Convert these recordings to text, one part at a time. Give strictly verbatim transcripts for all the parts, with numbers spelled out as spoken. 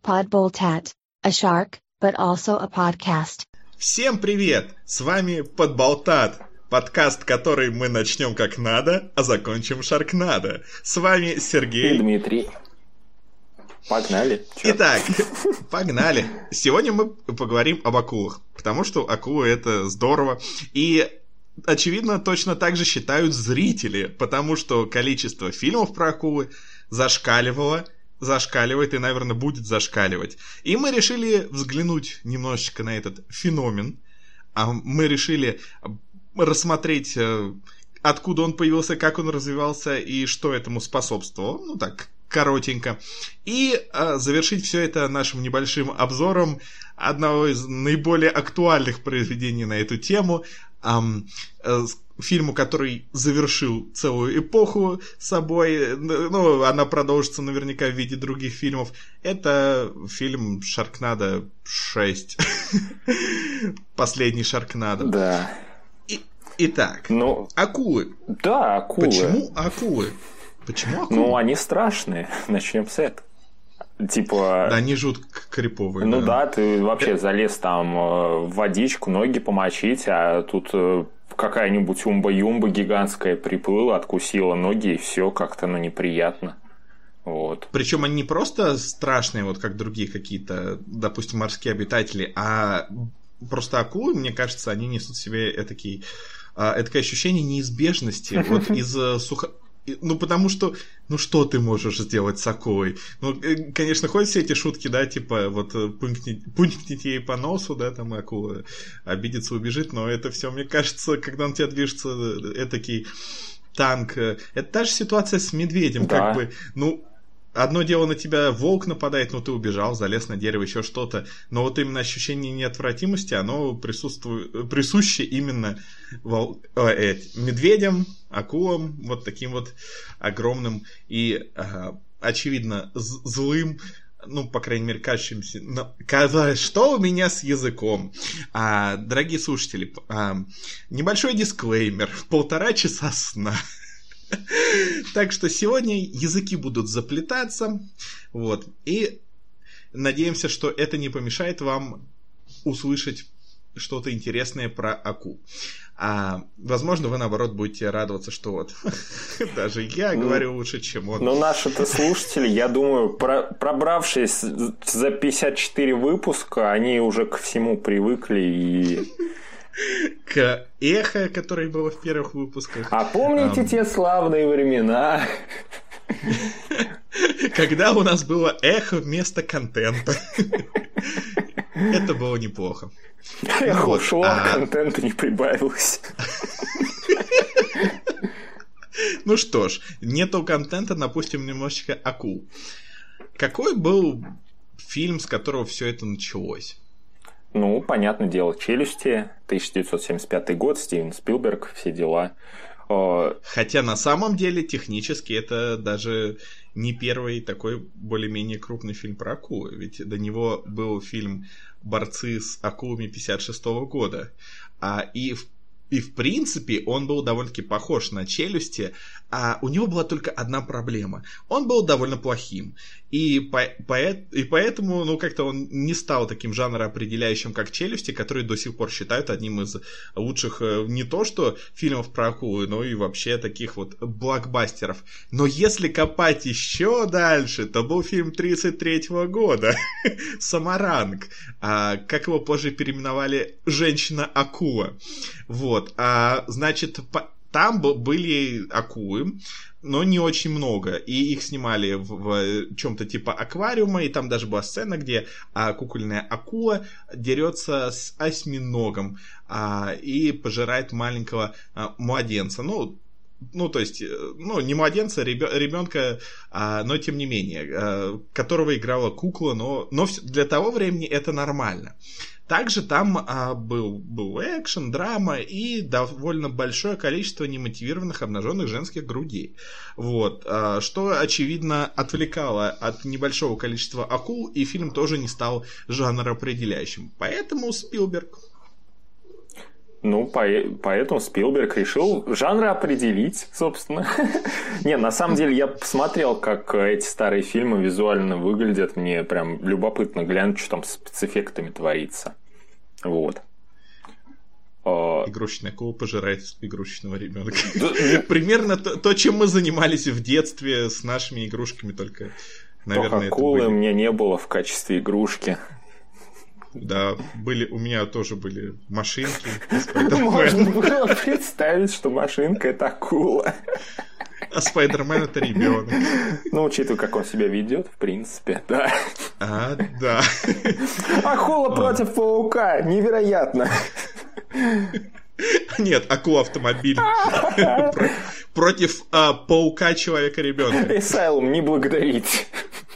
Podboltat, a shark, but also a podcast. Всем привет! С вами Подболтат, подкаст, который мы начнем как надо, а закончим шаркнадо. С вами Сергей и Дмитрий. Погнали. Чё? Итак, погнали. Сегодня мы поговорим об акулах, потому что акулы — это здорово. И, очевидно, точно так же считают зрители, потому что количество фильмов про акулы зашкаливало, зашкаливает и, наверное, будет зашкаливать. И мы решили взглянуть немножечко на этот феномен. Мы решили рассмотреть, откуда он появился, как он развивался и что этому способствовало. Ну так, коротенько. И а, завершить все это нашим небольшим обзором одного из наиболее актуальных произведений на эту тему. А, а, фильму, который завершил целую эпоху собой. Ну, она продолжится наверняка в виде других фильмов. Это фильм «Шаркнадо шесть». Последний «Шаркнадо». Да. И, итак, ну, акулы. Да, акулы. Почему акулы? Почему акулы? Ну, они страшные. Начнем с этого. Типа... Да, они жутко криповые. Ну да, да ты вообще залез там в водичку, ноги помочить, а тут какая-нибудь умба-юмба гигантская приплыла, откусила ноги, и все как-то, ну, неприятно. Вот. Причем они не просто страшные, вот как другие какие-то, допустим, морские обитатели, а просто акулы, мне кажется, они несут в себе этакий, этакое ощущение неизбежности. Вот из сухо... Ну, потому что, ну, что ты можешь сделать с акулой? Ну, конечно, ходят все эти шутки, да, типа, вот, пунктните, пунктните ей по носу, да, там, акула обидится, убежит, но это все, мне кажется, когда на тебя движется этакий танк, это та же ситуация с медведем, да. Как бы, ну... Одно дело, на тебя волк нападает, ну ты убежал, залез на дерево, еще что-то. Но вот именно ощущение неотвратимости, оно присутствует, присуще именно вол... э, медведям, акулам, вот таким вот огромным и, э, очевидно, з- злым, ну, по крайней мере, кажущимся... Но... Что у меня с языком? А, дорогие слушатели, а, небольшой дисклеймер. Полтора часа сна. Так что сегодня языки будут заплетаться, вот, и надеемся, что это не помешает вам услышать что-то интересное про акул. А, возможно, вы, наоборот, будете радоваться, что вот даже я говорю лучше, чем он. Но наши-то слушатели, я думаю, про- пробравшись за пятьдесят четыре выпуска, они уже ко всему привыкли и... К эхо, которое было в первых выпусках. А помните um... те славные времена? Когда у нас было эхо вместо контента. Это было неплохо. Эхо ушло, а контента не прибавилось. Ну что ж, нету контента, напустим немножечко акул. Какой был фильм, с которого все это началось? Ну, понятное дело, «Челюсти», тысяча девятьсот семьдесят пятый год, Стивен Спилберг, все дела. Хотя на самом деле технически это даже не первый такой более-менее крупный фильм про акулы. Ведь до него был фильм «Борцы с акулами» пятьдесят шестого года. А, и, в, и в принципе он был довольно-таки похож на «Челюсти», а у него была только одна проблема. Он был довольно плохим. И, по, по, и поэтому, ну, как-то он не стал таким жанроопределяющим, как «Челюсти», которые до сих пор считают одним из лучших не то что фильмов про акулы, но и вообще таких вот блокбастеров. Но если копать еще дальше, то был фильм тридцать третьего года «Самаранг», а, как его позже переименовали «Женщина-акула». Вот, а, значит, по... Там были акулы, но не очень много. И их снимали в, в чем-то типа аквариума. И там даже была сцена, где а, кукольная акула дерется с осьминогом а, и пожирает маленького а, младенца. Ну, ну, то есть, ну, не младенца, ребенка, а, но тем не менее, а, которого играла кукла, но, но для того времени это нормально. Также там а, был, был экшен, драма и довольно большое количество немотивированных обнаженных женских грудей. Вот, а, что, очевидно, отвлекало от небольшого количества акул, и фильм тоже не стал жанроопределяющим. Поэтому Спилберг. Ну, по- поэтому Спилберг решил жанры определить, собственно. Не, на самом деле я посмотрел, как эти старые фильмы визуально выглядят. Мне прям любопытно глянуть, что там с спецэффектами творится. Вот. Игрушечная акула пожирает игрушечного ребенка. Примерно то, чем мы занимались в детстве с нашими игрушками, только, наверное, это акулы были... у меня не было в качестве игрушки. Да, были, у меня тоже были машинки. Можно было представить, что машинка — это акула. А Спайдермен — это ребенок. Ну, учитывая, как он себя ведет, в принципе, да. А, да. Акула против паука. Невероятно. Нет, акула-автомобиль. Против паука-человека-ребенка. Asylum, не благодарить.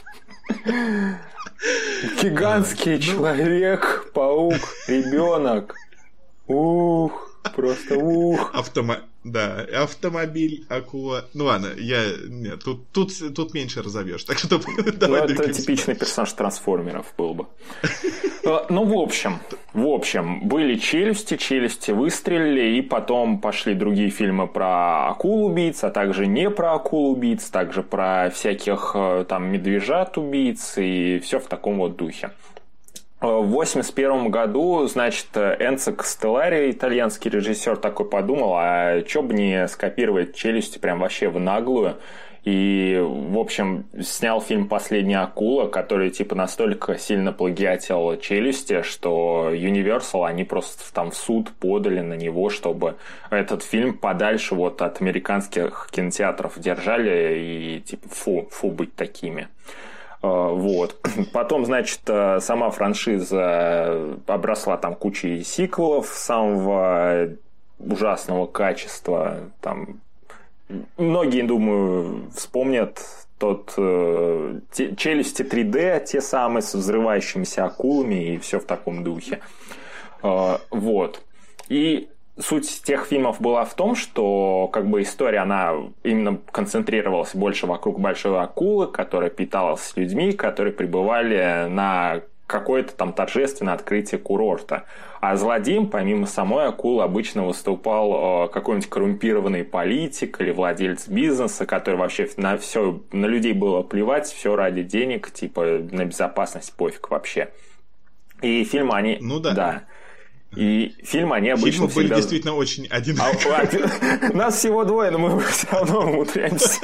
Гигантский человек, паук, ребенок. Ух, просто ух. Автомо... Да, автомобиль, акула. Ну ладно, я. Нет, тут, тут, тут меньше разовьешь. Так что давай. Ну, это типичный персонаж трансформеров был бы. Ну, в общем, в общем, были челюсти, челюсти выстрелили, и потом пошли другие фильмы про акул-убийц, а также не про акул-убийц, также про всяких там медвежат-убийц и все в таком вот духе. В восемьдесят первом году, значит, Энцо Кастеллари, итальянский режиссер, такой подумал, а чё бы не скопировать «Челюсти» прям вообще в наглую. И, в общем, снял фильм «Последняя акула», который, типа, настолько сильно плагиатил «Челюсти», что Universal, они просто там в суд подали на него, чтобы этот фильм подальше вот от американских кинотеатров держали и, типа, фу, фу быть такими. Вот. Потом, значит, сама франшиза обросла там кучей сиквелов самого ужасного качества. Там многие, думаю, вспомнят тот э, те, «Челюсти три дэ», те самые с взрывающимися акулами и все в таком духе. Э, вот. И суть тех фильмов была в том, что как бы история, она именно концентрировалась больше вокруг большой акулы, которая питалась людьми, которые прибывали на какое-то там торжественное открытие курорта. А злодеем, помимо самой акулы, обычно выступал какой-нибудь коррумпированный политик или владелец бизнеса, который вообще на все, на людей было плевать, все ради денег, типа на безопасность пофиг вообще. И фильмы они... Ну да. Да. И фильмы, они обычно Фильмы были всегда... действительно очень одинаковые. А, нас всего двое, но мы все равно умудряемся.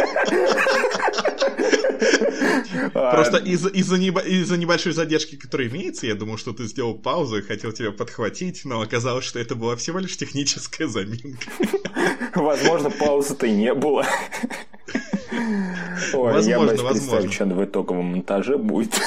Просто из-за, из-за, небо... из-за небольшой задержки, которая имеется, я думал, что ты сделал паузу и хотел тебя подхватить, но оказалось, что это была всего лишь техническая заминка. Возможно, паузы-то и не было. Ой, возможно, я боюсь возможно. представить, что в итоговом монтаже будет.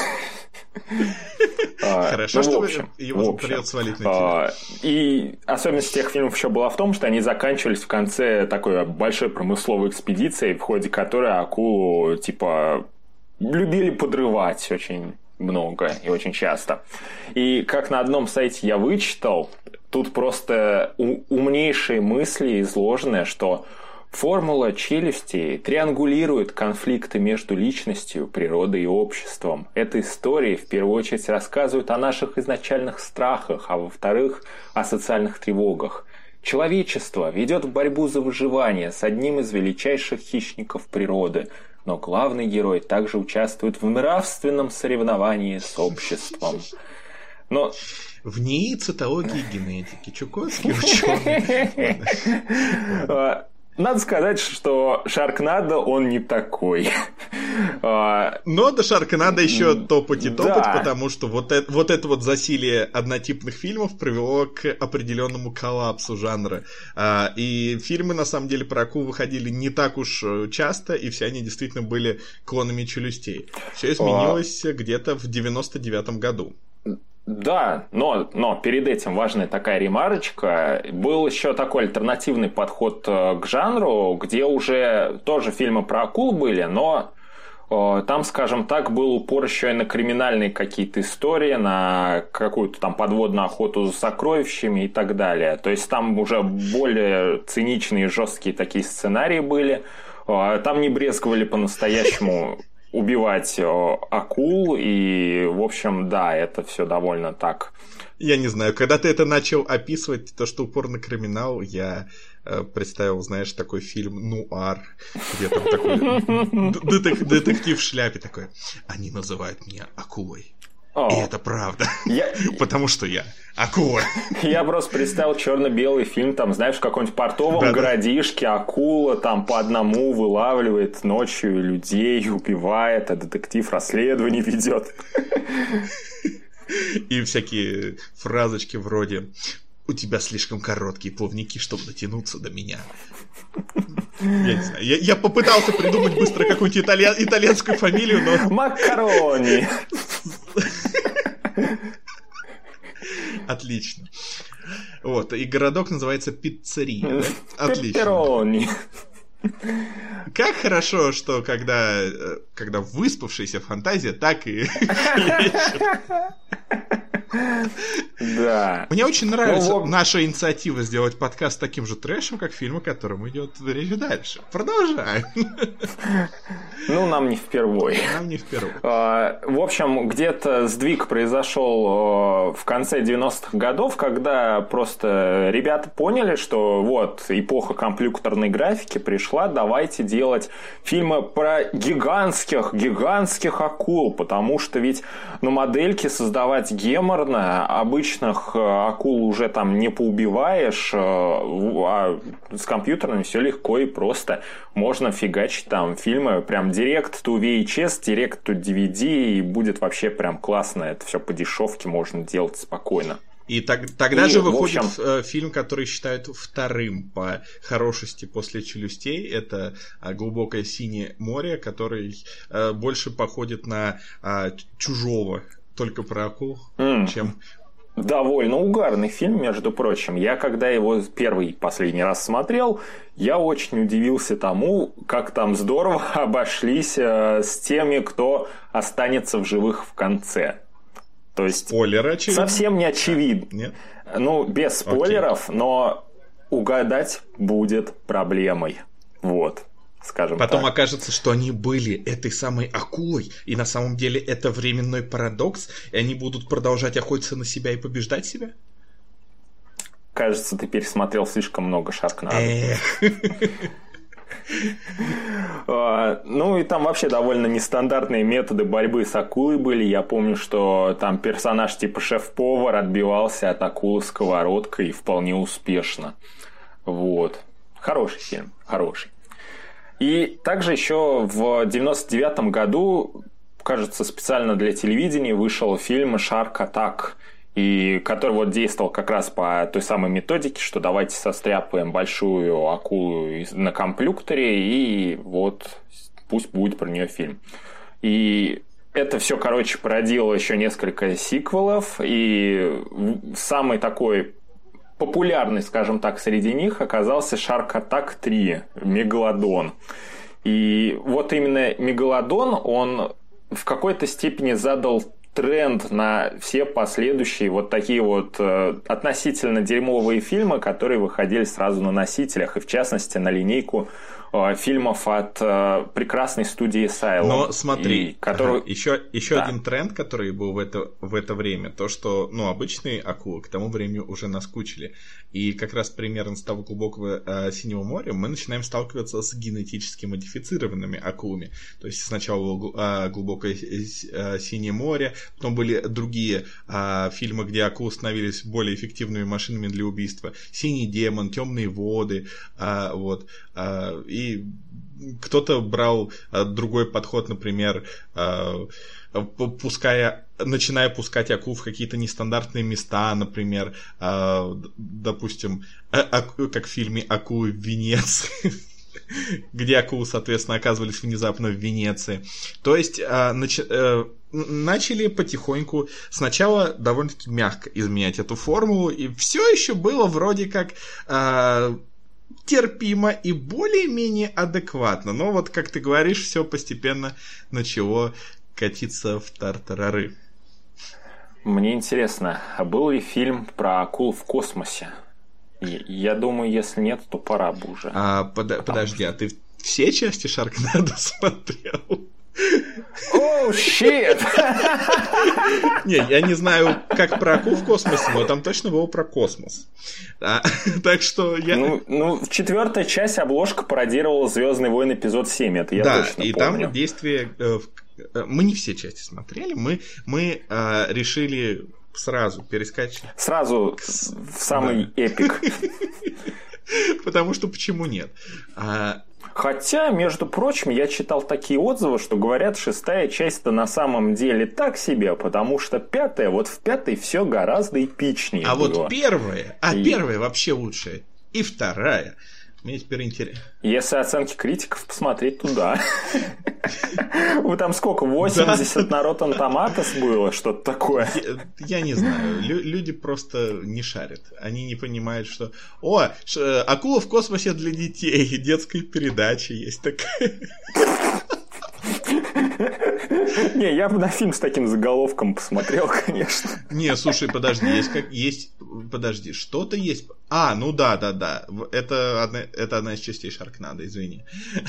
Хорошо, ну, что в общем, его в общем, придется свалить на тебя. И особенность тех фильмов еще была в том, что они заканчивались в конце такой большой промысловой экспедиции, в ходе которой акулу типа любили подрывать очень много и очень часто. И как на одном сайте я вычитал, тут просто умнейшие мысли изложены, что формула «Челюсти» триангулирует конфликты между личностью, природой и обществом. Эта история в первую очередь рассказывает о наших изначальных страхах, а во-вторых, о социальных тревогах. Человечество ведет борьбу за выживание с одним из величайших хищников природы, но главный герой также участвует в нравственном соревновании с обществом. Но... В НИИ цитологии и генетики. Чуковский ученый. Надо сказать, что Шаркнадо, он не такой. Но до Шаркнадо еще топать и топать, да. Потому что вот это, вот это вот засилие однотипных фильмов привело к определенному коллапсу жанра. И фильмы, на самом деле, про акул выходили не так уж часто, и все они действительно были клонами «Челюстей». Все изменилось а... где-то в девяносто девятом году. Да, но, но перед этим важная такая ремарочка. Был еще такой альтернативный подход к жанру, где уже тоже фильмы про акул были, но э, там, скажем так, был упор еще и на криминальные какие-то истории, на какую-то там подводную охоту за сокровищами и так далее. То есть там уже более циничные, жесткие такие сценарии были. Э, там не брезговали по-настоящему убивать акул, и, в общем, да, это все довольно так. Я не знаю, когда ты это начал описывать, то, что упор на криминал, я э, представил, знаешь, такой фильм «Нуар», где там такой детек- детектив в шляпе такой: они называют меня акулой. Oh. И это правда. Я... Потому что я акула. Я просто представил черно-белый фильм, там, знаешь, в каком-нибудь портовом да, городишке да. акула там по одному вылавливает ночью людей, убивает, а детектив расследование ведет. И всякие фразочки вроде: у тебя слишком короткие плавники, чтобы дотянуться до меня. Я не знаю. Я, я попытался придумать быстро какую-нибудь италья... итальянскую фамилию, но... Макарони. Отлично. Вот, и городок называется Пиццерия. Да? Отлично. Пепперони. Как хорошо, что когда, когда выспавшаяся фантазия, так и Да. Мне очень нравится ну, наша инициатива сделать подкаст таким же трэшем, как фильм, о котором идет речь дальше. Продолжаем. Ну, нам не впервой. Нам не впервой. В общем, где-то сдвиг произошел в конце девяностых годов, когда просто ребята поняли, что вот эпоха компьютерной графики пришла, давайте делать фильмы про гигантских, гигантских акул, потому что ведь на модельке создавать геморно, обычных акул уже там не поубиваешь, а с компьютерами все легко и просто. Можно фигачить там фильмы прям директ to ви эйч эс, директ to ди ви ди, и будет вообще прям классно. Это все по дешевке можно делать спокойно. И так, тогда и, же выходит общем... фильм, который считают вторым по хорошести после «Челюстей». Это «Глубокое синее море», который больше походит на «Чужого», только про акул, mm. чем... Довольно угарный фильм, между прочим. Я, когда его первый и последний раз смотрел, я очень удивился тому, как там здорово обошлись с теми, кто останется в живых в конце. То есть спойлер, очевидно. Совсем не очевидно. Нет? Ну, без спойлеров, okay. но угадать будет проблемой. Вот. Скажем Потом так. окажется, что они были этой самой акулой, и на самом деле это временной парадокс, и они будут продолжать охотиться на себя и побеждать себя? Кажется, ты пересмотрел слишком много Шаркнадо. Ну и там вообще довольно нестандартные методы борьбы с акулой были. Я помню, что там персонаж типа шеф-повар отбивался от акулы сковородкой вполне успешно. Вот. Хороший фильм, хороший. И также еще в девяносто девятом году, кажется, специально для телевидения вышел фильм «Shark Attack», и который вот действовал как раз по той самой методике, что давайте состряпаем большую акулу на компьютере, и вот пусть будет про нее фильм. И это все, короче, породило еще несколько сиквелов, и самый такой популярный, скажем так, среди них оказался Shark Attack три, Мегалодон. И вот именно Мегалодон, он в какой-то степени задал тренд на все последующие вот такие вот э, относительно дерьмовые фильмы, которые выходили сразу на носителях, и в частности на линейку э, фильмов от э, прекрасной студии Asylum. Но смотри, и, который... ага, еще, еще да. один тренд, который был в это, в это время, то, что ну, обычные акулы к тому времени уже наскучили. И как раз примерно с того глубокого э, синего моря мы начинаем сталкиваться с генетически модифицированными акулами. То есть сначала было э, глубокое э, синее море, потом были другие э, фильмы, где акулы становились более эффективными машинами для убийства. «Синий демон», «Темные воды», э, вот, э, и кто-то брал э, другой подход, например, э, пуская, начиная пускать акул в какие-то нестандартные места, например, э, допустим, э, аку, как в фильме «Акулы в Венеции», где акулы, соответственно, оказывались внезапно в Венеции. То есть э, нач, э, начали потихоньку сначала довольно-таки мягко изменять эту формулу, и все еще было вроде как э, терпимо и более-менее адекватно. Но вот, как ты говоришь, все постепенно начало катиться в тартарары. Мне интересно, а был ли фильм про акул в космосе? Я думаю, если нет, то пора бы уже. А, под, подожди, что... а ты все части Шаркнадо смотрел? Оу, щит! Не, я не знаю, как про акул в космосе, но там точно было про космос. А, так что я... Ну, ну, четвертая часть обложка пародировала «Звездные войны» эпизод семь, это я да, точно и помню. там действие... Э, э, мы не все части смотрели, мы, мы э, решили сразу перескочить. Сразу в самый да. эпик. Потому что почему нет? А... Хотя, между прочим, я читал такие отзывы, что говорят, шестая часть-то на самом деле так себе, потому что пятая, вот в пятой все гораздо эпичнее А было. вот первая, а и... первая вообще лучшая, и вторая. Мне теперь интересно. Если оценки критиков посмотреть туда. Вы там сколько, восемьдесят на Rotten Tomatoes было? Что-то такое? Я не знаю. Люди просто не шарят. Они не понимают, что... О, акула в космосе для детей. Детская передача есть такая. Не, я бы на фильм с таким заголовком посмотрел, конечно. Не, слушай, подожди, есть как есть, подожди, что-то есть. А, ну да, да, да. Это одна, это одна из частей Шаркнада, извини.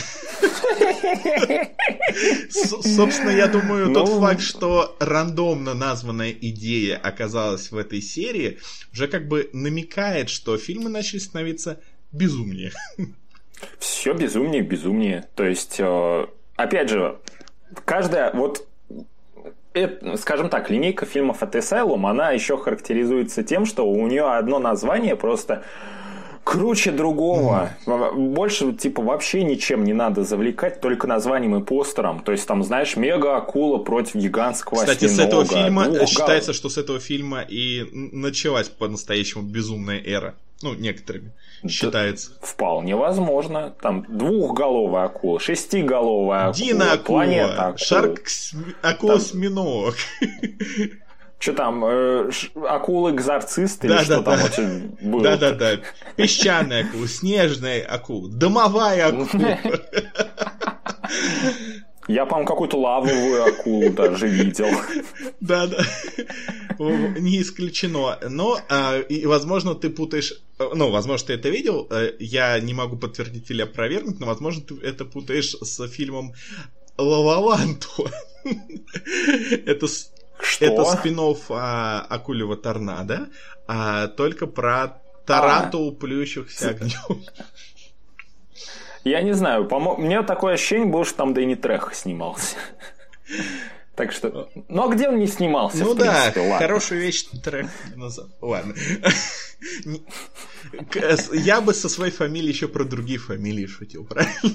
Собственно, я думаю, тот факт, что рандомно названная идея оказалась в этой серии, уже как бы намекает, что фильмы начали становиться безумнее. Все безумнее, безумнее. То есть, опять же, каждая, вот, это, скажем так, линейка фильмов от Asylum, она еще характеризуется тем, что у нее одно название просто круче другого. Mm-hmm. Больше, типа, вообще ничем не надо завлекать, только названием и постером. То есть, там, знаешь, мега-акула против гигантского осьминога. Кстати, с этого фильма, Ух, считается, гал... что с этого фильма и началась по-настоящему безумная эра. Ну, некоторыми считается. Да, вполне возможно. Там двухголовая акула, шестиголовая акула, Дина-акула, планета акула. Шарк-акула-осьминог. Что там, э, ш... акулы-экзорцист или да, что да, там да. было? Да-да-да. Песчаная акула, снежная акула, домовая акула. Я, по-моему, какую-то лавовую акулу даже видел. Да-да. Не исключено. Но, и, возможно, ты путаешь... Ну, возможно, ты это видел. Я не могу подтвердить или опровергнуть, но, возможно, ты это путаешь с фильмом «Лаваланту». Это... Что? Это спин-офф а, «Акулевого торнадо», а только про тарантул, плюющихся огнем. Я не знаю, по-мо... у меня такое ощущение было, что там Дэнни Трехо снимался. Так что... Ну, а где он не снимался? Ну да, принципе, хорошую вещь Трехо назад. Ладно. Я бы со своей фамилией еще про другие фамилии шутил, правильно?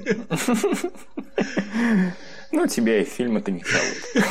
Ну, тебя и фильмы-то не зовут.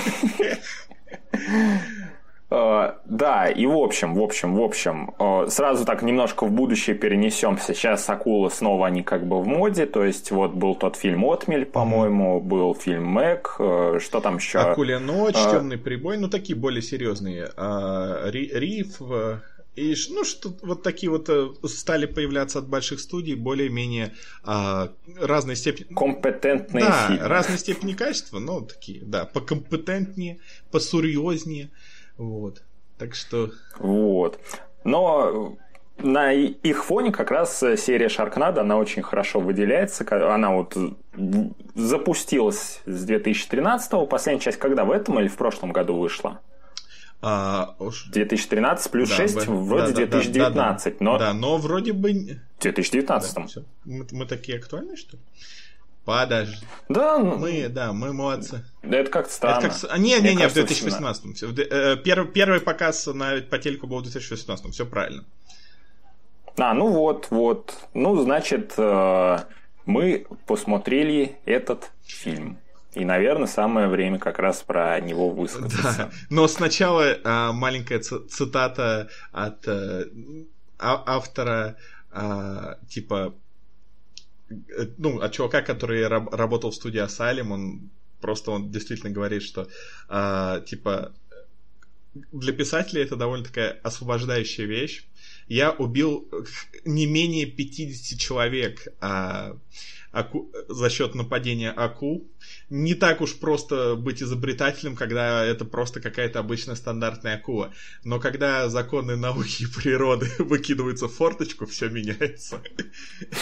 Uh, да, и в общем, в общем, в общем, uh, сразу так немножко в будущее перенесемся. Сейчас акулы снова они как бы в моде. То есть вот был тот фильм «Отмель», по-моему, mm-hmm. был фильм «Мэг», uh, что там еще? «Акулья ночь», uh, «Темный прибой», ну такие более серьезные. Uh, «Риф», uh, и ну что вот такие вот uh, стали появляться от больших студий более-менее uh, разной степени. Компетентные да, фильмы. разной степени качества, но такие, да, покомпетентнее, посерьезнее. Вот, так что... Вот. Но на их фоне как раз серия Шаркнадо, она очень хорошо выделяется. Она вот запустилась с две тысячи тринадцатого. Последняя часть когда? В этом или в прошлом году вышла? А, уж... две тысячи тринадцать плюс да, шесть, в... вроде да, две тысячи девятнадцать. Да, да, но... да, но вроде бы... В две тысячи девятнадцатом. Да, мы, мы такие актуальные, что ли? Подожди. Да, ну... Мы, да, мы молодцы. Да это как-то странно. Это как... Не, не, не, в две тысячи восемнадцатом. Первый, первый показ на, по телеку был в две тысячи восемнадцатом. Все правильно. А, ну вот, вот. Ну, значит, мы посмотрели этот фильм. И, наверное, самое время как раз про него высказаться. Да, но сначала а, маленькая цитата от а, автора, а, типа... Ну, от чувака, который раб- работал в студии Asylum, он просто он действительно говорит, что э, типа для писателя это довольно такая освобождающая вещь. Я убил не менее пятьдесят человек э, аку- за счет нападения акул. Не так уж просто быть изобретателем, когда это просто какая-то обычная стандартная акула. Но когда законы науки и природы выкидываются в форточку, все меняется.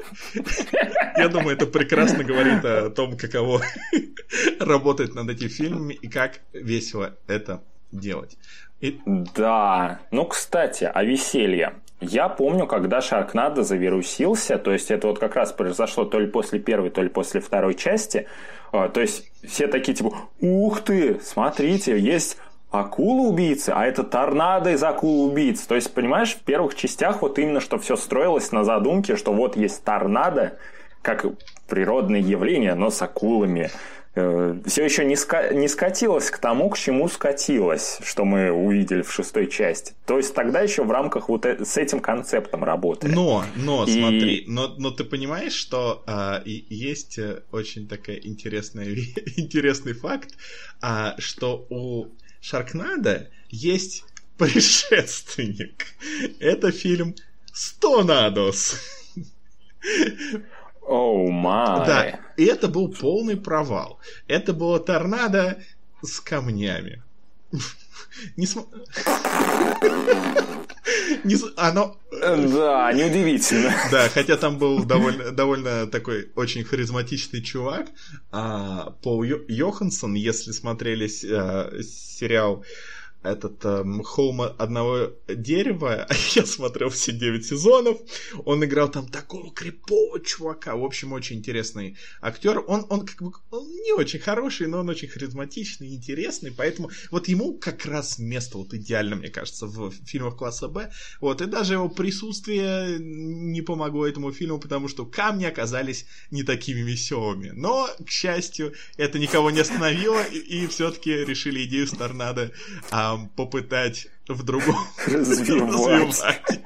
Я думаю, это прекрасно говорит о том, каково работать над этими фильмами и как весело это делать. И... Да, ну, кстати, о веселье. Я помню, когда Шаркнадо завирусился, то есть это вот как раз произошло то ли после первой, то ли после второй части, то есть все такие типа, ух ты, смотрите, есть акула-убийца, а это торнадо из акул-убийц. То есть, понимаешь, в первых частях вот именно что все строилось на задумке, что вот есть торнадо, как природное явление, но с акулами. Все еще не, ска- не скатилось к тому, к чему скатилось, что мы увидели в шестой части. То есть тогда еще в рамках вот э- с этим концептом работали. Но, но, И... смотри, но, но ты понимаешь, что а, и, есть очень такая интересная, интересный факт, а, что у Шаркнадо есть предшественник. Это фильм «Стонадос». Оу oh май. Да, и это был полный провал. Это было торнадо с камнями. Не см... Не... Оно... Да, неудивительно. Да, хотя там был довольно, довольно такой очень харизматичный чувак, а, Пол Йоханссон, если смотрели а, сериал этот эм, «Холм одного дерева», я смотрел все девять сезонов, он играл там такого крепого чувака, в общем, очень интересный актер, он, он как бы он не очень хороший, но он очень харизматичный, интересный, поэтому вот ему как раз место вот идеально, мне кажется, в фильмах класса Б, вот, и даже его присутствие не помогло этому фильму, потому что камни оказались не такими веселыми, но, к счастью, это никого не остановило, и, и все-таки решили идею с торнадо а, попытать в другом развивать.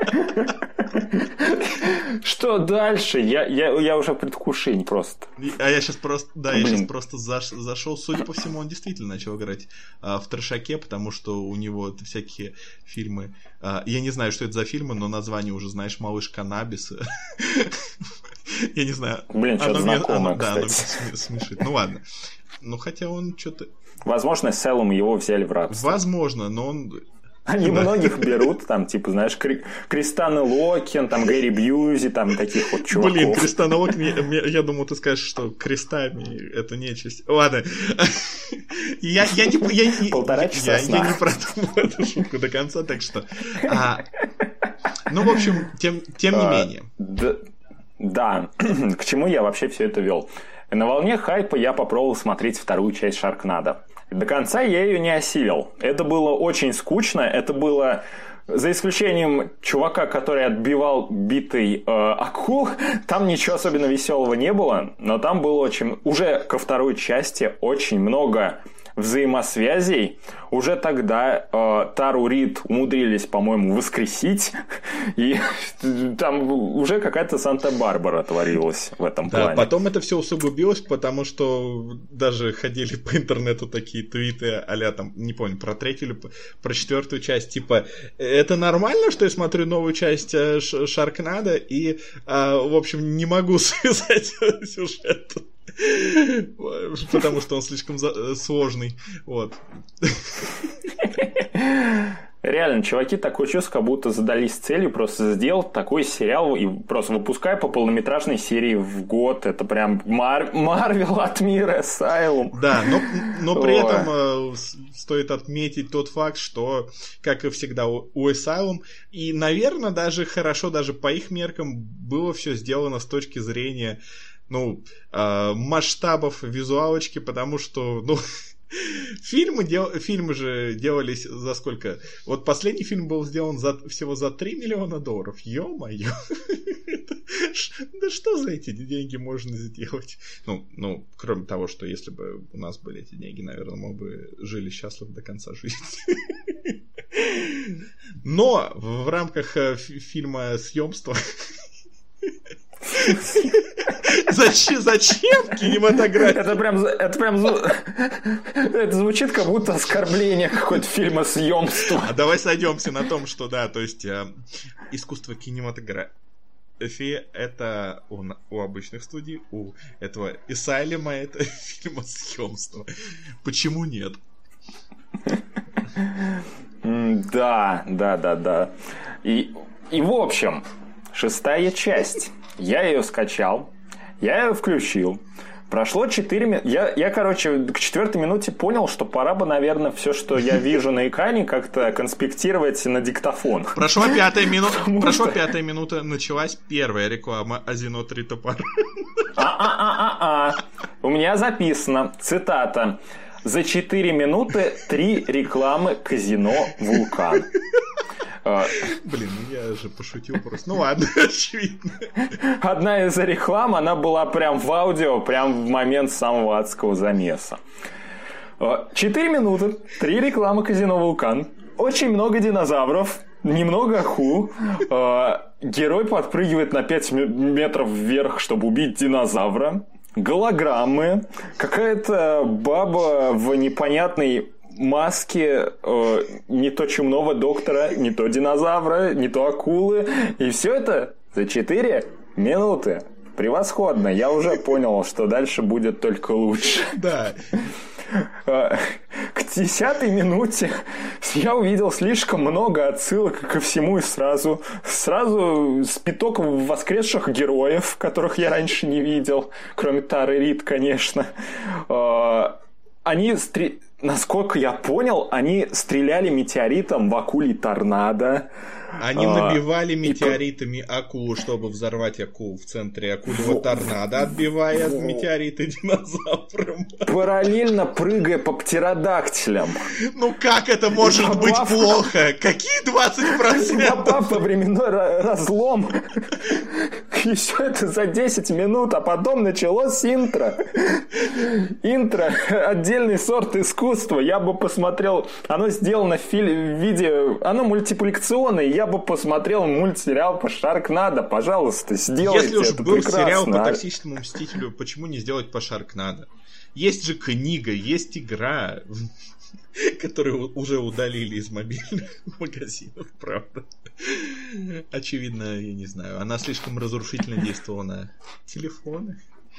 Что дальше? Я, я, я уже в предвкушении просто. А я сейчас просто, да, Блин. я сейчас просто заш, зашел. Судя по всему, он действительно начал играть а, в трешаке, потому что у него всякие фильмы. А, я не знаю, что это за фильмы, но название уже знаешь, «Малыш Каннабис». Я не знаю. Блин, что-то знакомое, да, оно кстати. смешит. Ну ладно. Ну хотя он что-то. Возможно, с Селлом его взяли в рабство. Возможно, но он... Они да. многих берут, там, типа, знаешь, Кри... Кристана Локен, там, Гэри Бьюзи, там, таких вот чуваков. Блин, Кристана Локен, я, я думал, ты скажешь, что крестами это нечисть. Ладно. Я, я не... Я, Полтора я, часа я, я не продумал эту шутку до конца, так что... А, ну, в общем, тем, тем не а, менее. Да, да. К чему я вообще все это вел? На волне хайпа я попробовал смотреть вторую часть Шаркнадо. До конца я ее не осилил. Это было очень скучно. Это было, за исключением чувака, который отбивал битой э, акул, там ничего особенно веселого не было. Но там было очень... Уже ко второй части очень много взаимосвязей. Уже тогда э, Тару Рид умудрились, по-моему, воскресить. И там уже какая-то Санта-Барбара творилась в этом да, плане. Потом это все усугубилось, потому что даже ходили по интернету такие твиты а-ля там, не помню, про третью или про четвертую часть. Типа, это нормально, что я смотрю новую часть Шаркнадо и, а, в общем, не могу связать сюжет. Потому что он слишком за- сложный. Вот. Реально, чуваки, такое чувство, как будто задались целью просто сделать такой сериал и просто выпускай по полнометражной серии в год. Это прям Мар- Марвел от мира Asylum. Да, но, но при Ой. этом э, стоит отметить тот факт, что, как и всегда у, у Asylum, и, наверное, даже хорошо, даже по их меркам, было все сделано с точки зрения ну, э, масштабов визуалочки, потому что, ну, фильмы, дел... фильмы же делались за сколько? Вот последний фильм был сделан за... всего за три миллиона долларов. Ё-моё! Да что за эти деньги можно сделать? Ну, ну, кроме того, что если бы у нас были эти деньги, наверное, мы бы жили счастливо до конца жизни. Но в рамках фильма «Съемство» Зачем, зачем кинематография? Это прям, это прям, это звучит как будто оскорбление какой-то фильма «Съемство». А давай сойдемся на том, что да, то есть э, искусство кинематографии это у, у обычных студий, у этого Asylum это фильма «Съемство». Почему нет? Да, да, да, да. И, и в общем, шестая часть. Я ее скачал, я ее включил. Прошло четыре минуты. Я, я, короче, к четвертой минуте понял, что пора бы, наверное, все, что я вижу на экране, как-то конспектировать на диктофон. Прошла пятая минута, прошла пятая минута, началась первая реклама Азино три топора. А-а-а-а-а. У меня записано, цитата: «За четыре минуты три рекламы казино «Вулкан». Блин, ну я же пошутил просто. Ну ладно, очевидно. Одна из реклам, она была прям в аудио, прям в момент самого адского замеса. Четыре минуты, три рекламы казино «Вулкан». Очень много динозавров, немного акул. Герой подпрыгивает на пять метров вверх, чтобы убить динозавра. Голограммы. Какая-то баба в непонятной маски, э, не то чумного доктора, не то динозавра, не то акулы. И все это за четыре минуты. Превосходно. Я уже понял, что дальше будет только лучше. Да. К десятой минуте я увидел слишком много отсылок ко всему и сразу. Сразу спиток воскресших героев, которых я раньше не видел. Кроме Тары Рид, конечно. Они... Стр... Насколько я понял, они стреляли метеоритом в акулий торнадо. Они набивали метеоритами акулу, чтобы взорвать акулу в центре акульего торнадо, отбивая метеориты динозаврам. Параллельно прыгая по птеродактилям. Ну как это может Добав... быть плохо? Какие двадцать процентов? Добав временной разлом. И все это за десять минут, а потом началось интро. Интро — отдельный сорт искусства. Я бы посмотрел... Оно сделано в, филь... в виде... Оно мультипликационное. Я бы посмотрел мультсериал по Шаркнадо. Пожалуйста, сделайте это. Если уж был прекрасно. Сериал по Токсичному Мстителю, почему не сделать по Шаркнадо? Есть же книга, есть игра, которую уже удалили из мобильных магазинов, правда. Очевидно, я не знаю, она слишком разрушительно действовала на телефоны.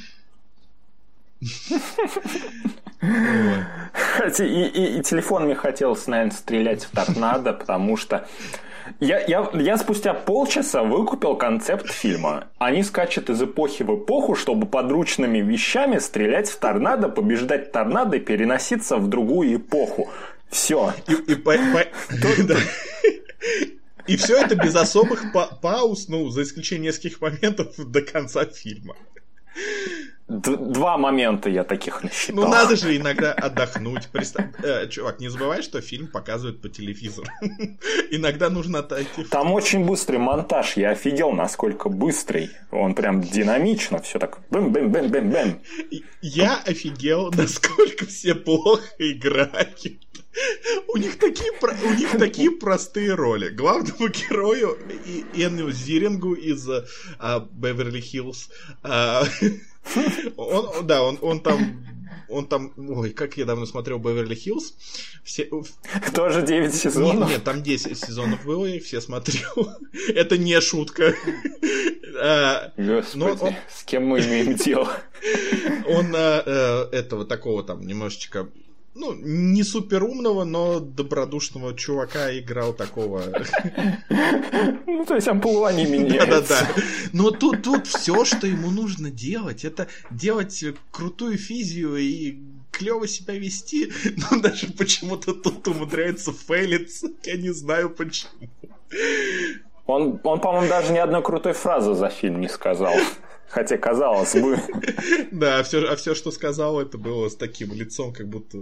Хотя и, и, и телефонами хотелось, наверное, стрелять в торнадо, потому что я, я, я спустя полчаса выкупил концепт фильма. Они скачут из эпохи в эпоху, чтобы подручными вещами стрелять в торнадо, побеждать торнадо и переноситься в другую эпоху. Все. И, и, по, по... да. И все это без особых па- пауз, ну, за исключением нескольких моментов до конца фильма. Д- два момента я таких насчитал. Ну, надо же иногда отдохнуть. Представь... Э, чувак, не забывай, что фильм показывают по телевизору. Иногда нужно отойти. Там очень быстрый монтаж. Я офигел, насколько быстрый. Он прям динамично все так. Бэм-бэм-бэм-бэм-бэм. Я офигел, насколько все плохо играют. У них такие, у них такие простые роли. Главному герою Энну Зирингу из а, Беверли-Хиллз. А, он, да, он, он там... Он там... Ой, как я давно смотрел Беверли-Хиллз. Все... Тоже девять сезонов? Нет, нет, там десять сезонов было, и все смотрел. Это не шутка. Господи, он... с кем мы имеем дело? Он а, этого такого там немножечко... Ну, не суперумного, но добродушного чувака играл такого. Ну, то есть амплуа не меняется. Да-да-да. Но тут, тут все, что ему нужно делать, это делать крутую физию и клево себя вести. Но даже почему-то тут умудряется фейлиться. Я не знаю почему. Он, он, по-моему, даже ни одной крутой фразы за фильм не сказал. Хотя, казалось бы. Да, а все, а все, что сказал, это было с таким лицом, как будто...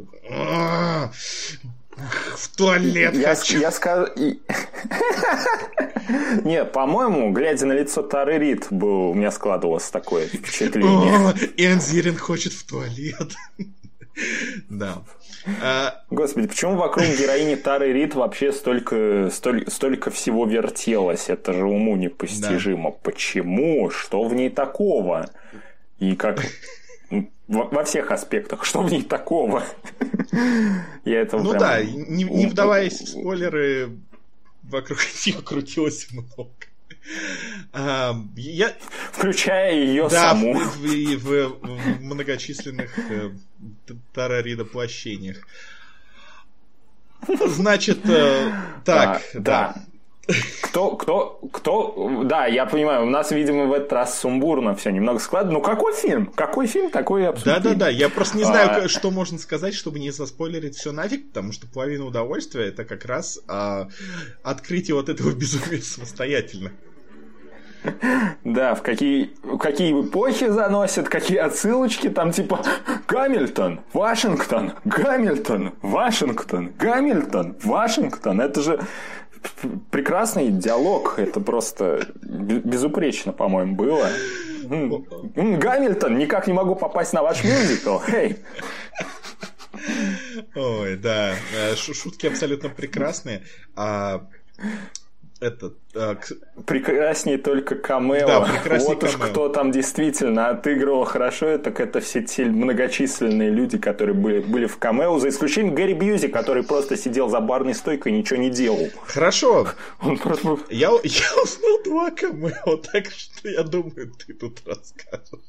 В туалет я, хочу. Я скажу... Не, по-моему, глядя на лицо Тары Рид, был, у меня складывалось такое впечатление. Энн Зиринг хочет в туалет. Да. А... Господи, почему вокруг героини Тары Рид вообще столько, столь, столько всего вертелось? Это же уму непостижимо. Да. Почему? Что в ней такого? И как... Во, во всех аспектах. Что в ней такого? Я этого ну прям... да, не, не вдаваясь в спойлеры, вокруг нее крутилось много. А, я... Включая ее да, саму. В, в, в, в многочисленных э, Тара Рида воплощениях. Значит, э, так, а, да. да. Кто, кто, кто... Да, я понимаю, у нас, видимо, в этот раз сумбурно все немного складно. Ну, какой фильм? Какой фильм, такой обсудим. Да-да-да, я просто не знаю, а... что можно сказать, чтобы не заспойлерить все нафиг, потому что половина удовольствия — это как раз а, открытие вот этого безумия самостоятельно. Да, в какие, в какие эпохи заносят, какие отсылочки, там типа Гамильтон, Вашингтон, Гамильтон, Вашингтон, Гамильтон, Вашингтон. Это же прекрасный диалог, это просто безупречно, по-моему, было. Гамильтон, никак не могу попасть на ваш мюзикл, эй! Ой, да, шутки абсолютно прекрасные. А... Этот, а, к... Прекраснее только камео. Да, прекраснее вот уж камео. Кто там действительно отыгрывал хорошо, так это все те многочисленные люди, которые были, были в камео, за исключением Гэри Бьюзи, который просто сидел за барной стойкой и ничего не делал. Хорошо. Он просто... я, я узнал два камео, так что я думаю, ты тут расскажешь.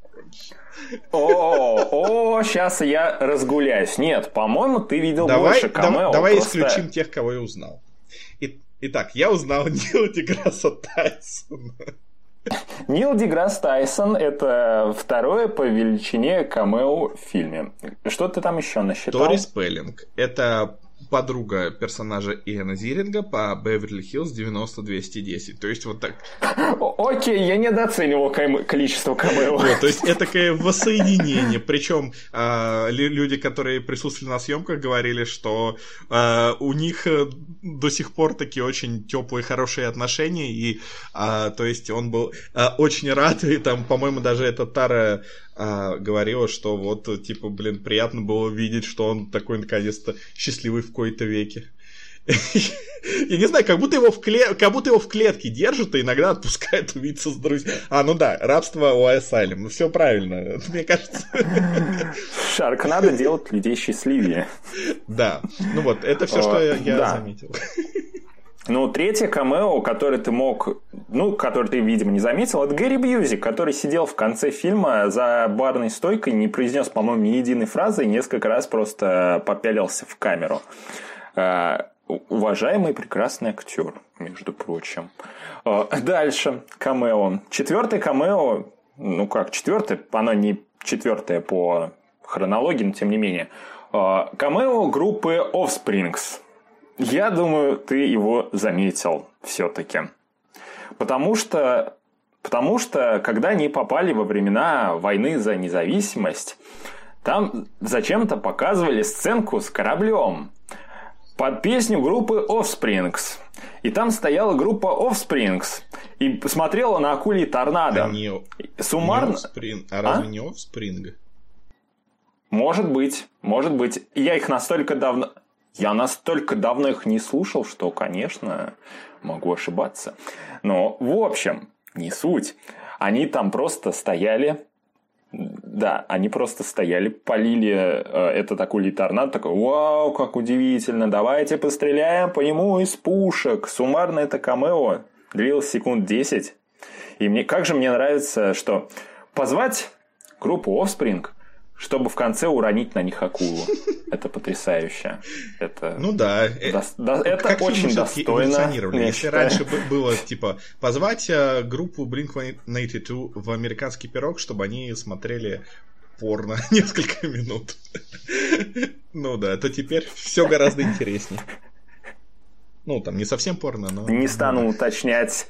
О, о, сейчас я разгуляюсь. Нет, по-моему, ты видел давай, больше камео. Да, давай просто... исключим тех, кого я узнал. И, итак, я узнал Нила Деграсса Тайсона. Нил Деграсс Тайсон – это второе по величине камео в фильме. Что ты там еще насчитал? Тори Спеллинг. Это подруга персонажа Иэна Зиринга по Беверли-Хиллз девяносто двести десять. То есть вот так. Окей, я недооценивал количество камео. Вот, то есть это такое воссоединение. Причем э, люди, которые присутствовали на съемках, говорили, что э, у них до сих пор такие очень теплые, хорошие отношения. И э, то есть он был э, очень рад. И там, по-моему, даже эта Тара э, говорила, что вот, типа, блин, приятно было видеть, что он такой, наконец-то, счастливый в кои-то веке. Я не знаю, как будто его в клет... как будто его в клетке держат и иногда отпускают увидеться с друзьями. А, ну да, рабство у Асайлем. Ну, все правильно, мне кажется. Шарк, надо делать людей счастливее. Да, ну вот, это все, что я заметил. Ну, третье камео, который ты мог, ну, который ты, видимо, не заметил, это Гэри Бьюзи, который сидел в конце фильма за барной стойкой, не произнес, по-моему, ни единой фразы и несколько раз просто попялился в камеру. Уважаемый прекрасный актер, между прочим. Дальше камео. Четвертое камео, ну как, четвертое, оно не четвертое по хронологии, но тем не менее. Камео группы Offsprings. Я думаю, ты его заметил все-таки. Потому что, потому что, когда они попали во времена войны за независимость, там зачем-то показывали сценку с кораблем под песню группы Offsprings. И там стояла группа Offsprings и смотрела на акулий торнадо. А, не... Суммарно... не Offspring. А разве а? не Offspring? Может быть, может быть. Я их настолько давно... Я настолько давно их не слушал, что, конечно, могу ошибаться. Но, в общем, не суть. Они там просто стояли... Да, они просто стояли, полили э, этот акулий торнадо, такой, вау, как удивительно, давайте постреляем по нему из пушек. Суммарно это камео длилось секунд десять. И мне, как же мне нравится, что позвать группу Offspring, чтобы в конце уронить на них акулу. Это потрясающе. Это, ну да. До, до, это как очень достойно. Если раньше было, типа, позвать группу блинк сто восемьдесят два в американский пирог, чтобы они смотрели порно несколько минут. Ну да, то теперь все гораздо интереснее. Ну, там не совсем порно, но... Не стану уточнять,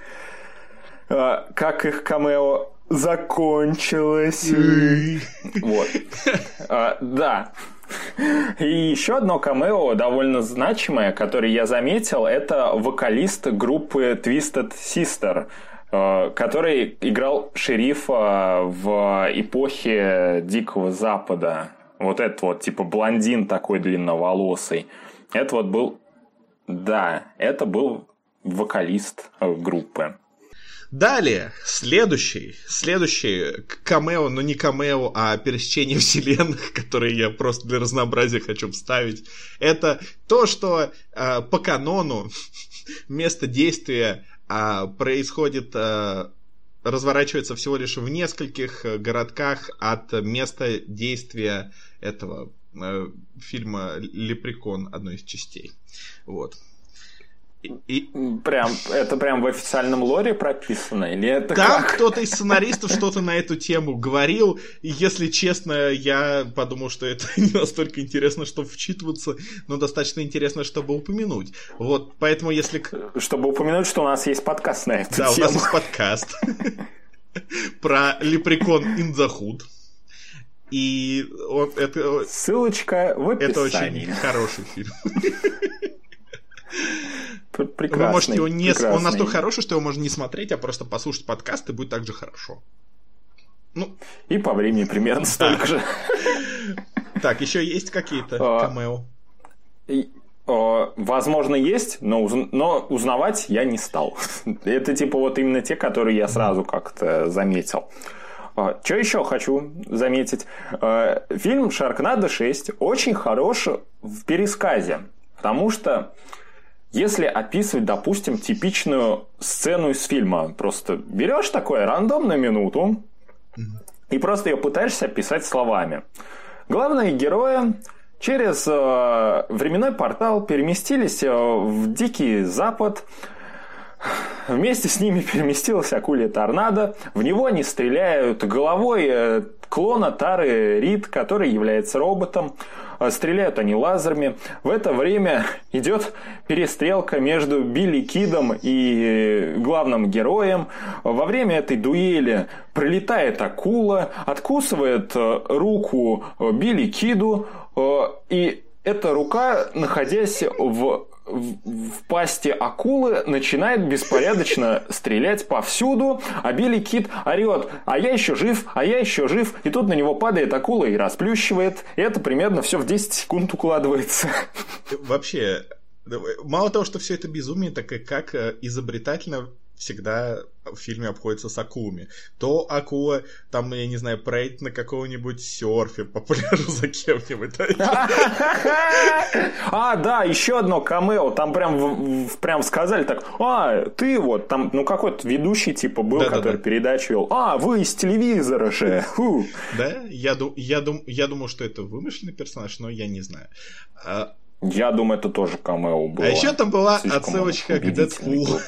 как их камео закончилось. Вот. А, да. И еще одно камео, довольно значимое, которое я заметил, это вокалист группы Twisted Sister, который играл шерифа в эпохе Дикого Запада. Вот этот вот, типа, блондин такой длинноволосый. Это вот был... Да, это был вокалист группы. Далее, следующий, следующий камео, но не камео, а пересечение вселенных, которые я просто для разнообразия хочу вставить. Это то, что э, по канону место действия э, происходит, э, разворачивается всего лишь в нескольких городках от места действия этого э, фильма «Лепрекон», одной из частей. Вот. И... Прям, это прям в официальном лоре прописано? Или это Там как? кто-то из сценаристов что-то на эту тему говорил, и, если честно, я подумал, что это не настолько интересно, чтобы вчитываться, но достаточно интересно, чтобы упомянуть. Вот, поэтому если... Чтобы упомянуть, что у нас есть подкаст на эту да, тему. Да, у нас есть подкаст про Лепрекон in the Hood. И он, это... Ссылочка в описании. Это очень хороший фильм. Прекрасный, Вы можете его не... прекрасный. Он настолько хороший, что его можно не смотреть, а просто послушать подкаст, и будет так же хорошо. Ну... И по времени примерно столько же. Так, еще есть какие-то камео? Возможно, есть, но, уз... но узнавать я не стал. Это типа вот именно те, которые я сразу как-то заметил. Что еще хочу заметить? Фильм «Шаркнадо шесть» очень хорош в пересказе, потому что если описывать, допустим, типичную сцену из фильма, просто берешь такое рандомную минуту и просто ее пытаешься описать словами. Главные герои через э, временной портал переместились в Дикий Запад. Вместе с ними переместилась акулья торнадо. В него они стреляют головой клона Тары Рид, который является роботом. Стреляют они лазерами. В это время идет перестрелка между Билли Кидом и главным героем. Во время этой дуэли прилетает акула, откусывает руку Билли Киду, и эта рука, находясь в в пасти акулы, начинает беспорядочно стрелять повсюду, а Билли Кид орет: а я еще жив, а я еще жив, и тут на него падает акула и расплющивает, и это примерно все в десять секунд укладывается. Вообще, мало того, что все это безумие, так и как изобретательно всегда в фильме обходится с акулами. То акула, там, я не знаю, проедет на какого-нибудь серфе по пляжу за кем-нибудь. А, да, еще одно камео. Там прям, прям сказали так: а, ты вот, там, ну, какой-то ведущий типа был, да, который да, да. передачу вел. А, вы из телевизора же. Фу. Да, я, я, дум, я думаю, что это вымышленный персонаж, но я не знаю. Я думаю, это тоже камео было. А еще там была отсылочка к Дэдпулу.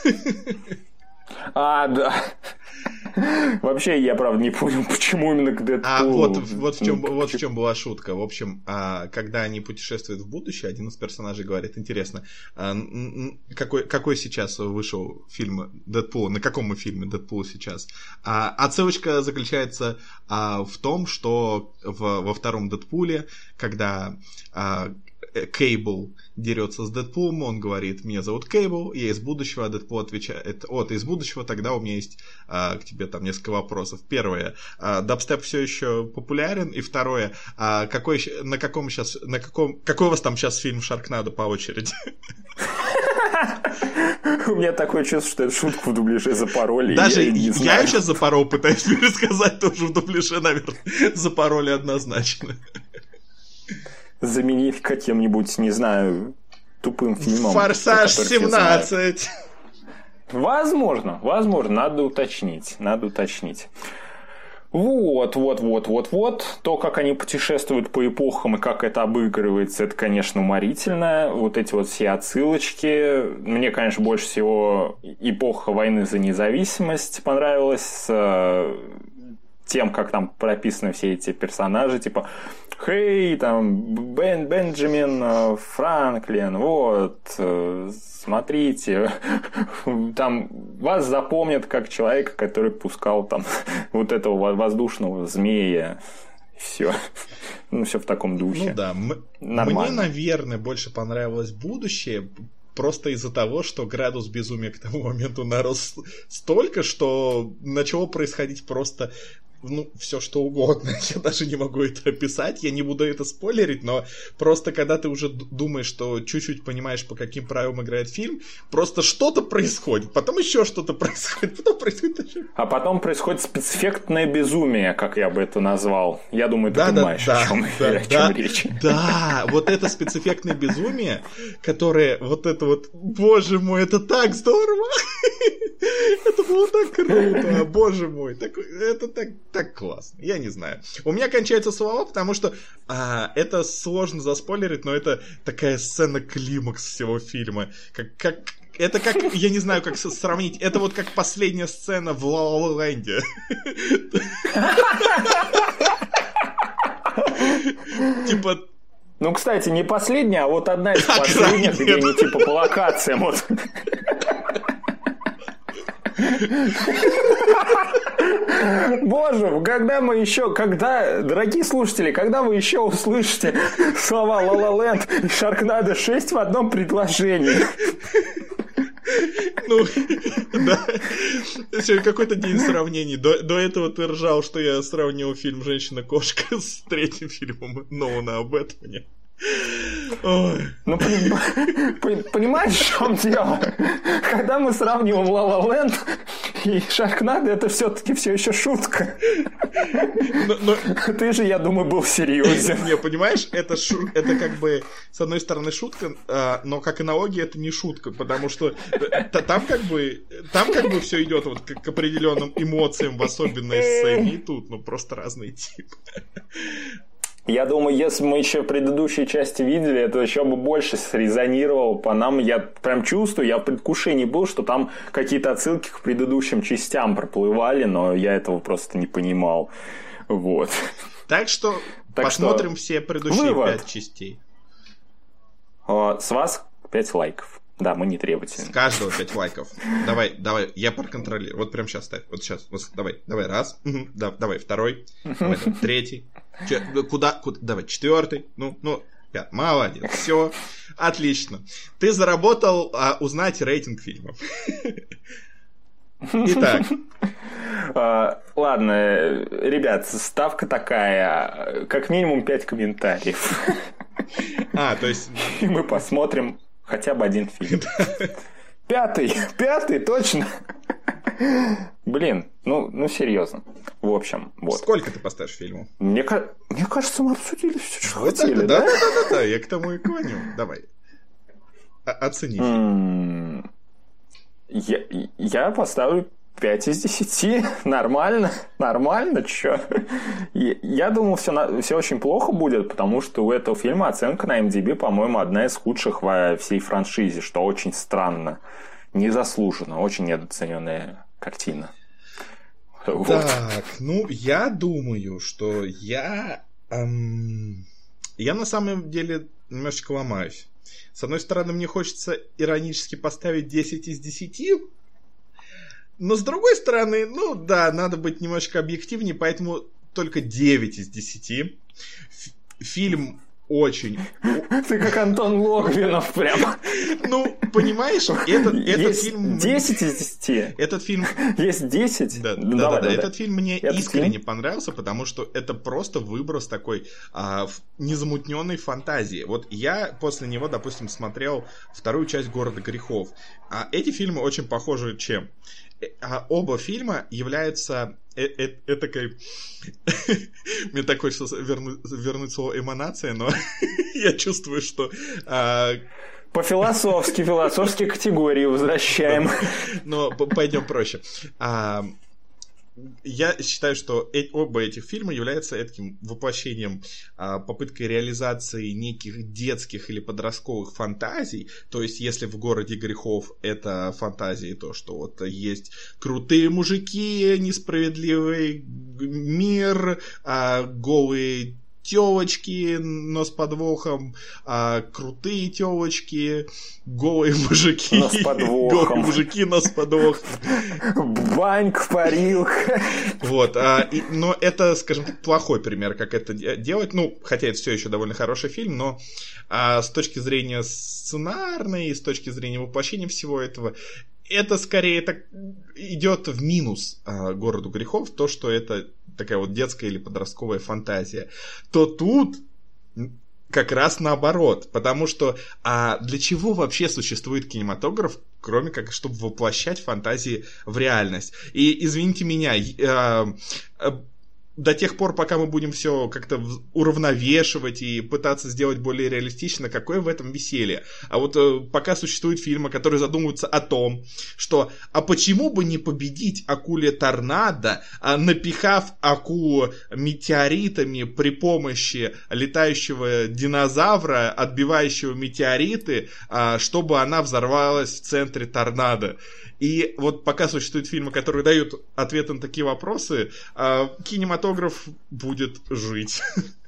А, да. Вообще, я, правда, не понял, почему именно к Дэдпулу. А вот, вот, в чем, вот в чем была шутка. В общем, когда они путешествуют в будущее, один из персонажей говорит: интересно, какой, какой сейчас вышел фильм Дэдпула, на каком фильме Дэдпул сейчас? А отсылочка заключается в том, что в, во втором Дэдпуле, когда Кейбл дерется с Дэдпулом, он говорит: меня зовут Кейбл, я из будущего, а Дэдпул отвечает: о, ты из будущего, тогда у меня есть а, к тебе там несколько вопросов. Первое, а, дабстеп все еще популярен, и второе, а, какой, на каком сейчас, на каком, какой у вас там сейчас фильм Шаркнадо по очереди? У меня такое чувство, что эту шутку в дубляже запороли. Даже я, я сейчас запорол, пытаюсь пересказать, тоже в дубляже, наверное, запороли однозначно. Заменить каким-нибудь, не знаю, тупым фильмом. «Форсаж семнадцать». Возможно, возможно, надо уточнить, надо уточнить. Вот, вот, вот, вот, вот. То, как они путешествуют по эпохам и как это обыгрывается, это, конечно, уморительно. Вот эти вот все отсылочки. Мне, конечно, больше всего эпоха войны за независимость понравилась. С тем, как там прописаны все эти персонажи, типа: «Хей, там, Бен, Бенджамин Франклин, вот, смотрите, там вас запомнят как человека, который пускал там вот этого воздушного змея». Все. Ну, все в таком духе. Ну да, м- мне, наверное, больше понравилось будущее. Просто из-за того, что градус безумия к тому моменту нарос столько, что начало происходить просто, ну, все что угодно. Я даже не могу это описать, я не буду это спойлерить, но просто когда ты уже думаешь, что чуть-чуть понимаешь, по каким правилам играет фильм, просто что-то происходит, потом еще что-то происходит, потом происходит еще... А потом происходит спецэффектное безумие, как я бы это назвал. Я думаю, ты да, понимаешь, да, о чем, да, о да, чем да, речь. Да, вот это спецэффектное безумие, которое, вот это вот, боже мой, это так здорово! Это было так круто, боже мой, так, это так, так классно, я не знаю. У меня кончаются слова, потому что а, это сложно заспойлерить, но это такая сцена климакс всего фильма. Как, как Это как, я не знаю, как сравнить. Это вот как последняя сцена в Ла Ла Ленде. Типа... Ну, кстати, не последняя, а вот одна из последних, где они типа по локациям. Вот. Боже, когда мы еще, когда, дорогие слушатели, когда вы еще услышите слова La La Land и Sharknado шесть в одном предложении? Ну, да. Сегодня какой-то день сравнений. До, до этого ты ржал, что я сравнил фильм «Женщина-кошка» с третьим фильмом Нолана об Бэтмене. Ой. Ну, понимаешь, в чем дело? Когда мы сравниваем La La Land и Sharknado, это все-таки все еще шутка. Но, но... Ты же, я думаю, был серьезен. Не, понимаешь, это, шу... это как бы, с одной стороны, шутка, но как аналогия это не шутка, потому что там как бы, там как бы все идет вот к определенным эмоциям в особенной сцене, и тут, ну, просто разные типы. Я думаю, если бы мы еще предыдущие части видели, это еще бы больше срезонировало по нам. Я прям чувствую, я в предвкушении был, что там какие-то отсылки к предыдущим частям проплывали, но я этого просто не понимал. Вот. Так что так посмотрим что... все предыдущие вывод. пять частей. С вас пять лайков. Да, мы не требовательны. С каждого пять лайков. Давай, давай, я проконтролирую. Вот прям сейчас ставь. Вот сейчас. Вот, давай, давай, раз. Угу, да, давай, второй. Давай, там, третий. Че, куда, куда? Давай, четвертый. Ну, ну, пятый. Молодец. Все. Отлично. Ты заработал а, узнать рейтинг фильма. Итак. Uh, ладно, ребят, ставка такая. Как минимум пять комментариев. А, то есть... И мы посмотрим хотя бы один фильм. Пятый, пятый, точно. Блин, ну, ну серьезно. В общем, вот. Сколько ты поставишь фильму? Мне, мне кажется, мы обсудили все, что вот хотели, да? Да, да, да, да, да, я к тому и клоню. Давай. Оцени фильм. Я, я поставлю пять из десяти. Нормально, нормально, чё? Я думал, все, все очень плохо будет, потому что у этого фильма оценка на эм ди би, по-моему, одна из худших во всей франшизе, что очень странно. Незаслуженно, очень недооцененная картина. Вот. Так, ну, я думаю, что я... Эм, я на самом деле немножечко ломаюсь. С одной стороны, мне хочется иронически поставить десять из десяти, но с другой стороны, ну да, надо быть немножечко объективнее, поэтому только девять из десяти. Ф- фильм очень... Ты как Антон Логвинов прям. Ну, понимаешь, этот, этот фильм... десять из десяти. Этот фильм... Есть десять? Да, ну, да, давай, да, давай. Этот фильм мне этот искренне фильм? понравился, потому что это просто выброс такой а, незамутненной фантазии. Вот я после него, допустим, смотрел вторую часть «Города грехов». А эти фильмы очень похожи чем? А оба фильма являются этакой... Мне так хочется вернуть, вернуть слово «эманация», но я чувствую, что... А... По-философски, философские категории возвращаем. Но пойдем проще. А... Я считаю, что э- оба этих фильма являются таким воплощением, а, попыткой реализации неких детских или подростковых фантазий. То есть, если в «Городе грехов» это фантазии, то, что вот есть крутые мужики, несправедливый мир, а, голые тёлочки, но с подвохом, а, крутые тёлочки, голые мужики, но с подвохом. голые мужики, но с подвохом. Банька, парилка. Вот, а, и, но это, скажем так, плохой пример, как это делать. Ну, хотя это все еще довольно хороший фильм, но а, с точки зрения сценарной, с точки зрения воплощения всего этого, это скорее так идет в минус а, «Городу грехов», то, что это такая вот детская или подростковая фантазия. То тут как раз наоборот, потому что а для чего вообще существует кинематограф, кроме как чтобы воплощать фантазии в реальность? И извините меня, а, а, до тех пор, пока мы будем все как-то уравновешивать и пытаться сделать более реалистично, какое в этом веселье? А вот э, пока существуют фильмы, которые задумываются о том, что а почему бы не победить акуле торнадо, а напихав акулу метеоритами при помощи летающего динозавра, отбивающего метеориты, а, чтобы она взорвалась в центре торнадо? И вот пока существуют фильмы, которые дают ответы на такие вопросы, кинематограф будет жить.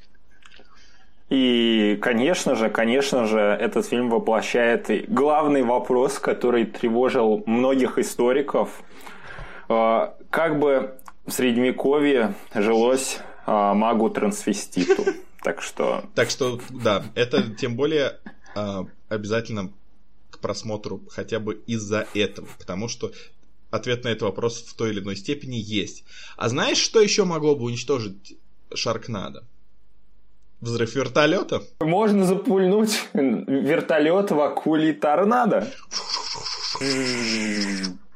И, конечно же, конечно же, этот фильм воплощает главный вопрос, который тревожил многих историков. Как бы в Средневековье жилось магу-трансвеститу. Так что... Так что, да, это тем более обязательно к просмотру хотя бы из-за этого, потому что ответ на этот вопрос в той или иной степени есть. А знаешь, что еще могло бы уничтожить Шаркнадо? Взрыв вертолета? Можно запульнуть вертолет в акулий торнадо.